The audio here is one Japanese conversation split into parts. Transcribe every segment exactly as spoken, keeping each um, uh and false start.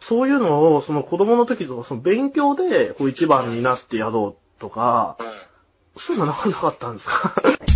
そういうのを、その子供の時とか、その勉強で、こう一番になってやろうとか、うん、そういうのなかなかったんですか？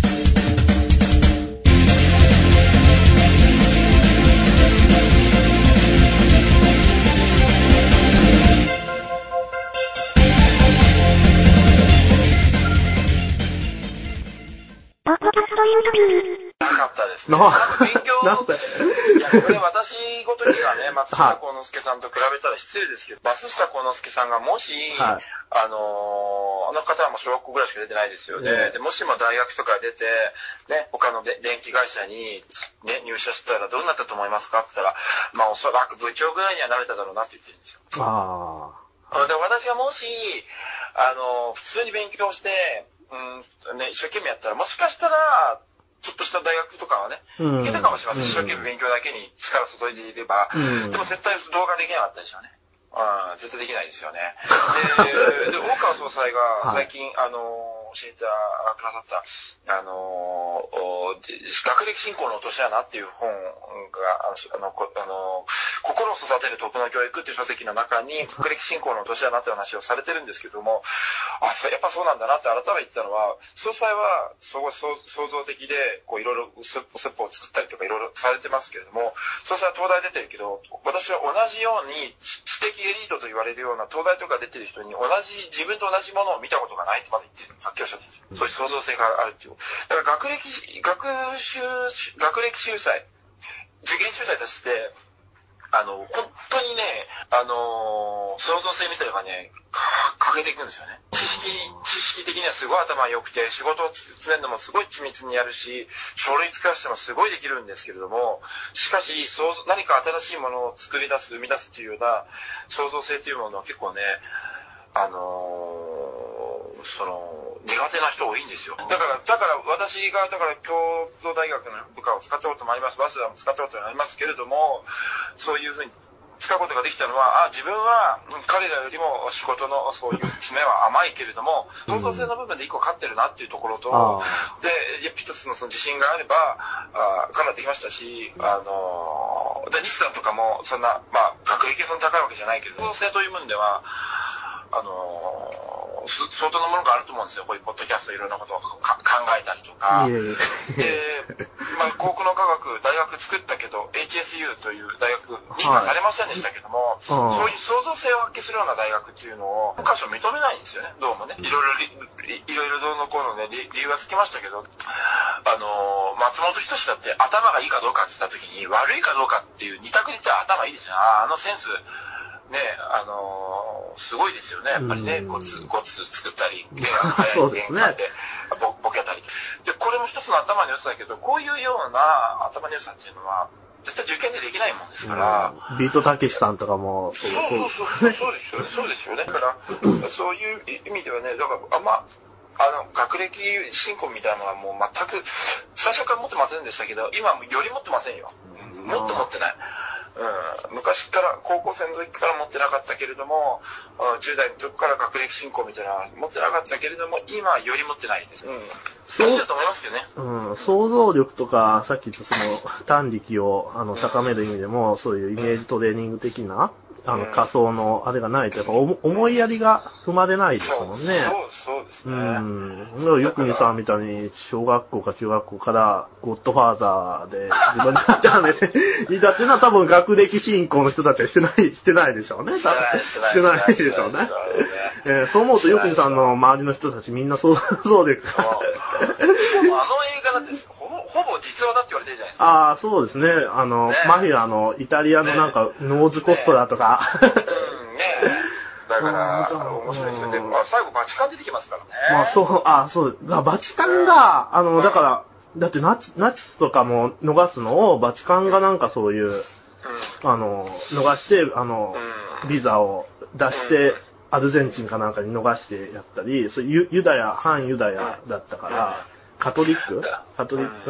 なかったですね。勉強、いや、これ私ごときがね、松下幸之助さんと比べたら失礼ですけど、松下幸之助さんがもし、はい、あのー、あの方はもう小学校ぐらいしか出てないですよね。うん、でもしも大学とか出て、ね、他ので電気会社に、ね、入社してたらどうなったと思いますかって言ったら、まあおそらく部長ぐらいにはなれただろうなって言ってるんですよ。ああ。で、私がもし、あのー、普通に勉強して、うんね、一生懸命やったら、もしかしたら、ちょっとした大学とかはね、行けたかもしれません。一生懸命勉強だけに力注いでいれば、うん、でも絶対動画できなかったでしょうね。うん、絶対できないですよね。で、で大川総裁が最近、はい、あの、教えてくださった、あの、学歴振興の落とし穴っていう本が、あの、あの心を育てる徳の教育っていう書籍の中に、学歴振興の落とし穴って話をされてるんですけども、あ、やっぱそうなんだなって改めて言ったのは、総裁はすごい創造的で、こういろいろ説法を作ったりとかいろいろされてますけれども、総裁は東大出てるけど、私は同じように知的エリートと言われるような東大とか出てる人に同じ、自分と同じものを見たことがないってまだ言ってる。はっきりおっしゃってるんですよ。そういう創造性があるっていう。だから学歴、学習、学歴秀才、受験秀才たちって、あの、本当にね、あのー、創造性みたいなのがね、か、かけていくんですよね。知識、知識的にはすごい頭良くて、仕事を詰めるのもすごい緻密にやるし、書類使わせてもすごいできるんですけれども、しかし、そう、何か新しいものを作り出す、生み出すっていうような創造性というものは結構ね、あのー、その、苦手な人多いんですよ。だから、だから私が、だから京都大学の部下を使ったこともあります。早稲田も使ったこともありますけれども、そういうふうに使うことができたのは、あ、自分は彼らよりも仕事のそういう詰めは甘いけれども、創造性の部分で一個勝ってるなっていうところと、で、一つのその自信があれば、あ、かなってきましたし、あの、で、西さんとかもそんな、まあ、学歴そんな高いわけじゃないけど、創造性という面では、あのー、相当なものがあると思うんですよ。こういうポッドキャストいろんなことを考えたりとか。で、まあ、航空の科学、大学作ったけど、エイチエスユー という大学認可されませんでしたけども、はい、そういう創造性を発揮するような大学っていうのを、文科省認めないんですよね、どうもね。いろいろ、いろいろどうのこうのね、理由はつきましたけど、あのー、松本人志だって頭がいいかどうかって言った時に、悪いかどうかっていう二択で言ったら頭いいですよ。あ、あのセンス、ね、あのー、すごいですよね、やっぱりね、コツ、コツ作ったり、 そうですね。 ボ, ボケたり。で、これも一つの頭の良さだけど、こういうような頭の良さっていうのは、絶対受験でできないもんですから。 ビートたけしさんとかもそうそうそうそう、そうですよね。そうですよね。だから、そういう意味ではね、だから、あんま、あの、学歴振興みたいなのはもう全く、最初から持ってませんでしたけど、今より持ってませんよ。もっと持ってない。うん、昔から、高校生の時から持ってなかったけれども、じゅう代の時から学歴振興みたいなのは持ってなかったけれども、今はより持ってないです。うん。そうだと思いますけどね。 うん。想像力とか、さっき言ったその、短力をあの高める意味でも、うん、そういうイメージトレーニング的な、あの、仮想のあれがないと、やっぱ思いやりが生まれないですもんね。 そう、そうですね。うん。よくにさんみたいに、小学校か中学校から、ゴッドファーザーで、自分でやって見たっていうのは多分学歴振興の人たちはしてない、してないでしょうね。 してない、 してないでしょうね。えー、そう思うと、よくにさんの周りの人たちみんな想像力が。 あの映画だって、ほぼ、ほぼ実話だって言われてるじゃないですか。 ああ、そうですね。あの、ね、マフィアのイタリアのなんか、ね、ノーズコストだとか。 ね、うんね。だから、面白いですよね。まあ、最後バチカン出てきますからね。 まあ、そう、あ、そう、バチカンが、あの、だから、だってナチ、ナチスとかも逃すのを、バチカンがなんかそういう、うん、あの、逃して、あの、うん、ビザを出して、うん、アルゼンチンかなんかに逃してやったり、そうユユダヤ、反ユダヤだったから、うん、カトリックカトリック、うん。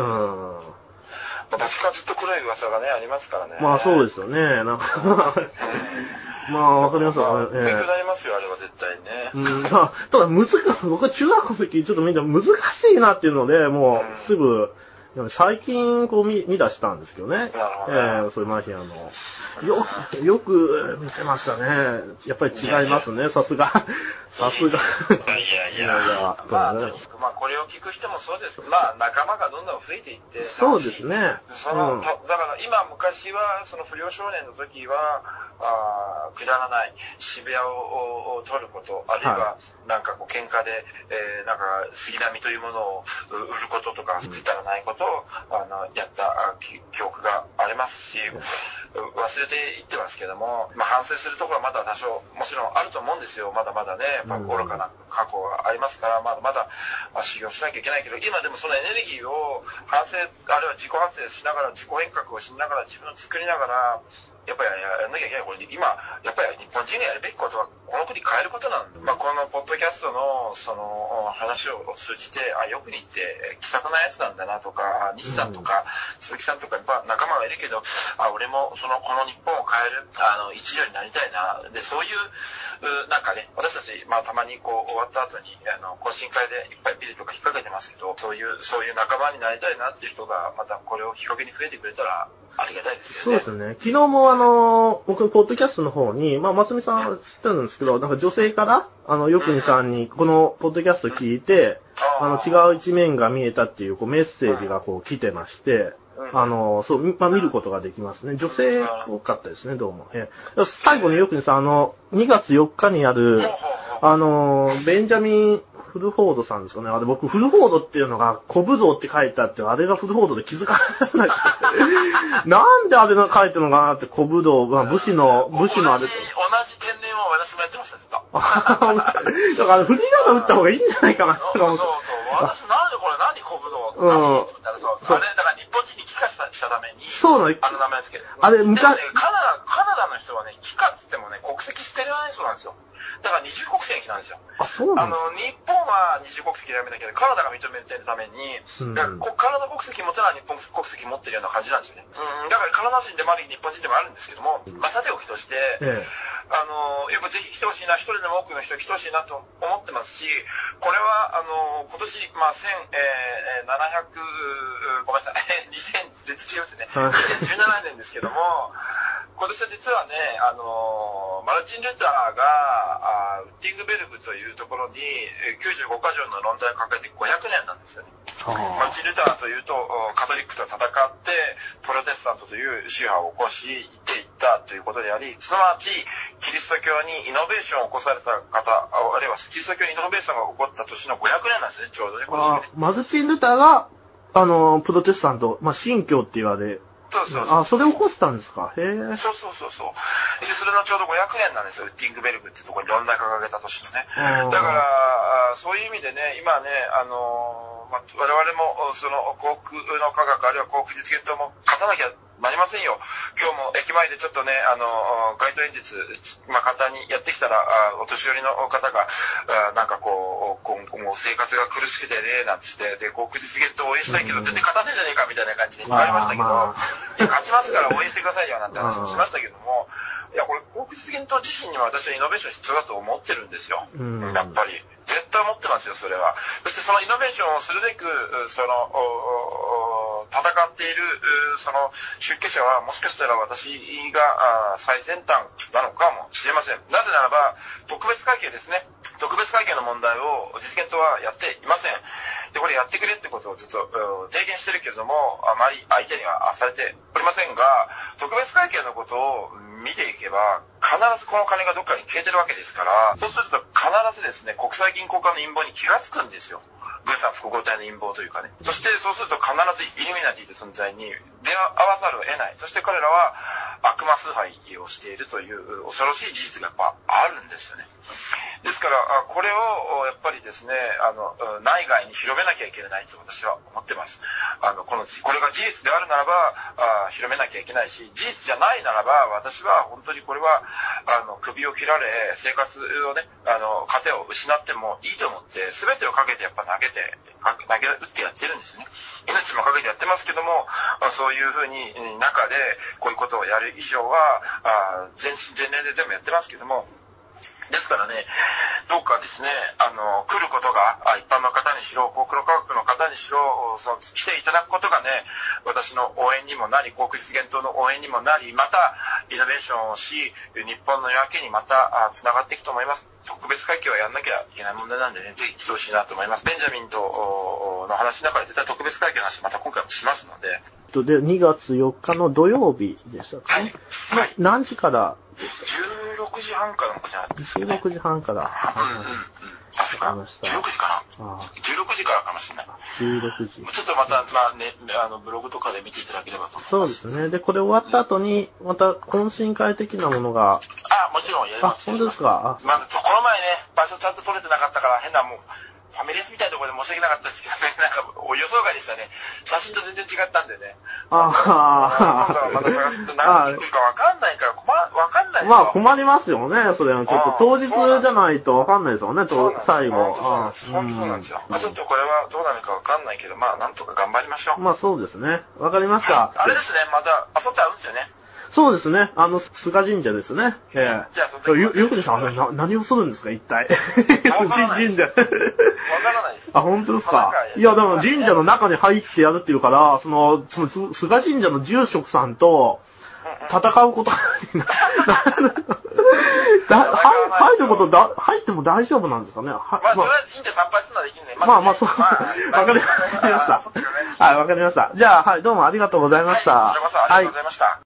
うんバチカンずっと黒い噂がね、ありますからね。 まあそうですよね。なんかまあわかりますよね。 勉強になりますよ、あれは絶対ね。 うん、ただ難しい、僕は中学校の時ちょっと見て難しいなっていうので、もうすぐでも最近こう見、見出したんですけどね。えー、そういうマフィアの。よく、よく見てましたね。やっぱり違いますね、さすが。さすが。 いやいやいや。いやいやまあ、ね、まあ、これを聞く人もそうです。まあ、仲間がどんどん増えていって。 そうですね。 その、うん、だから今、昔は、その不良少年の時は、あくだらない渋谷を取ること、あるいは、なんかこう、喧嘩で、えー、なんか、杉並というものを売ることとか、くだらないことを、あの、やった記憶がありますし、忘れていってますけども、まあ、反省するところはまだ多少、もちろんあると思うんですよ。まだまだね、まあ、愚かな過去がありますから、まだまだ修行しなきゃいけないけど、今でもそのエネルギーを反省、あるいは自己反省しながら、自己変革をしながら、自分を作りながら、やっぱりやらなきゃいけない。これ今、やっぱり日本人がやるべきことは、この国変えることなんだ。まあ、このポッドキャストの、その、話を通じて、あ、よく似て、気さくなやつなんだなとか、西さんとか、鈴木さんとか、やっぱ仲間がいるけど、あ、俺も、その、この日本を変える、あの、一助になりたいな。で、そういう、なんかね、私たち、まあ、たまにこう、終わった後に、あの、懇親会でいっぱいビールとか引っ掛けてますけど、そういう、そういう仲間になりたいなっていう人が、またこれをきっかけに増えてくれたら、ありがたいですよね。 そうですね。昨日もあの、僕、ポッドキャストの方に、まあ、松見さん知ってるんですけど、なんか女性から、あの、よくにさんに、このポッドキャスト聞いて、あの、違う一面が見えたっていう、こう、メッセージがこう、来てまして、あの、そう、まあ、見ることができますね。女性多かったですね、どうも。え最後によくにさん、あの、にがつよっかにある、あの、ベンジャミン、フルフォードさんですかね。あれ僕、フルフォードっていうのが、小武道って書いてあって、あれがフルフォードで気づかない。なんであれが書いてるのかなって、小武道、まあ、武士の、武士のあれ。同じ天然を私もやってました、ずっと。 だから、振り仮名打った方がいいんじゃないかなって思って。 そうそうそう。私、なんでこれ、何小武道って。うん。そう。あれ、だから日本人に帰化したために、 そうなの。 あの名前ですけど。 あれ、昔、 ね、カナダ、カナダの人はね、帰化っつってもね、国籍捨てられない人なんですよ。だから二重国籍なんですよ。 あ、そうなんですか。 あの、日本は二重国籍やめなきゃいけないけど、カナダが認めてるために、うん、だからカナダ国籍持ってない日本国籍持ってるような感じなんですよね。うん、だからカナダ人でもあり、日本人でもあるんですけども、まあ、さておきとして、ええ、あの、やっぱぜひ来てほしいな、一人でも多くの人来てほしいなと思ってますし、これは、あの、今年、まあ、千ななひゃく、ごめんなさい、にせん、全然違いますね。にせんじゅうななねんですけども、今年は実はね、あの、マルチン・ルターが、ウッティングベルグというところに、きゅうじゅうごか条の論題を抱えてごひゃくねんなんですよね。マルチン・ルターというと、カトリックと戦って、プロテスタントという宗派を起こしていったということであり、すなわち、キリスト教にイノベーションを起こされた方、あるいはキリスト教にイノベーションが起こった年のごひゃくねんなんですね、ちょうどね、今年ね。 マルチン・ルターが、あの、プロテスタント、まあ、新教って言われ、 そうそうそう。 あ、それを起こしたんですか。へえ。 そうそうそうそう。で、それのちょうどごひゃくねんなんですよ。ウッティングベルグっていうところに論題掲げた年のね。だから、そういう意味でね、今ね、あのー、まあ、我々も、その、幸福の科学、あるいは幸福実現党も勝たなきゃなりませんよ。今日も駅前でちょっとね、あの、街頭演説、まあ、簡単にやってきたら、お年寄りの方が、なんかこう、今後もう生活が苦しくてね、なんつって、で、幸福実現党を応援したいけど、全然勝たねえじゃねえか、みたいな感じで言われましたけど、まあまあ、いや勝ちますから応援してくださいよ、なんて話もしましたけども、いや、これ、幸福実現党自身には私はイノベーション必要だと思ってるんですよ。やっぱり。絶対思ってますよ、それは。そしてそのイノベーションをするべく、その、戦っている、その、出家者はもしかしたら私が最先端なのかもしれません。なぜならば、特別会計ですね。特別会計の問題を実現党はやっていません。で、これやってくれってことをずっと提言してるけれども、あまり相手にはされておりませんが、特別会計のことを見ていけば、必ずこの金がどっかに消えてるわけですから、そうすると必ずですね、国際銀行家の陰謀に気がつくんですよ。軍産複合体の陰謀というかね。そしてそうすると必ずイルミナティという存在に出会わざるを得ない。そして彼らは悪魔崇拝をしているという恐ろしい事実がやっぱあるんですよね。ですから、これをやっぱりですね、あの、内外に広めなきゃいけないと私は思ってます。あの、この、これが事実であるならば、あ広めなきゃいけないし、事実じゃないならば、私は本当にこれは、あの、首を切られ、生活をね、あの、糧を失ってもいいと思って、全てをかけてやっぱ投げて、投げ打ってやってるんですね。命もかけてやってますけども、そういうふうに中でこういうことをやる以上は、全身全霊で全部やってますけども、 ですからね、どうかですね、あの、来ることが、一般の方にしろ、高校科学の方にしろ、その来ていただくことがね、私の応援にもなり、航空実現党の応援にもなり、また、イノベーションをし、日本の夜明けにまた、つながっていくと思います。特別会計はやんなきゃいけない問題なんでね、ぜひ来てほしいなと思います。ベンジャミンとの話の中で絶対特別会計の話また今回もしますので。 で、にがつよっかの土曜日でしたかね。 はい。はい、 何時からじゅうろくじはんからのかな。 じゅうろくじはんから。 うんうんうん。確か。じゅうろくじかな。ああじゅうろくじからかもしれない。 じゅうろくじ。 ちょっとまた、まあね、あの、ブログとかで見ていただければと思います。 そうですね。で、これ終わった後に、また懇親会的なものが。 あ、もちろんやります。 あ、本当ですか。 まあ、この前ね、場所ちゃんと取れてなかったから、変なもう、ファミレスみたいなところで申し訳なかったですけどね、なんか、予想外でしたね。写真と全然違ったんでね。 ああ。また探すと何人来るかわかんないから、困、わかんないですよ。 まあ困りますよね、それは。ちょっと当日じゃないとわかんないですよね、と最後。 本当そうなんですよ。まあちょっとこれはどうなるかわかんないけど、まあなんとか頑張りましょう。 まあそうですね。わかりました。 あれですね、また、あそって会うんですよね。 そうですね。あの、菅神社ですね。ええ。 じゃあ、そよ、よくでしょ、あの、な、何をするんですか、一体。神社。わからないです。 あ、本当ですか。いや、でも神社の中に入ってやるっていうから、その、その、菅神社の住職さんと、戦うことになる。入ることだ、入っても大丈夫なんですかね。まあ、とりあえず神社参拝するのはできるね。 まあまあ、そう。わかりました。はい、わかりました。じゃあ、はい、どうもありがとうございました。 はい、こちらこそありがとうございました。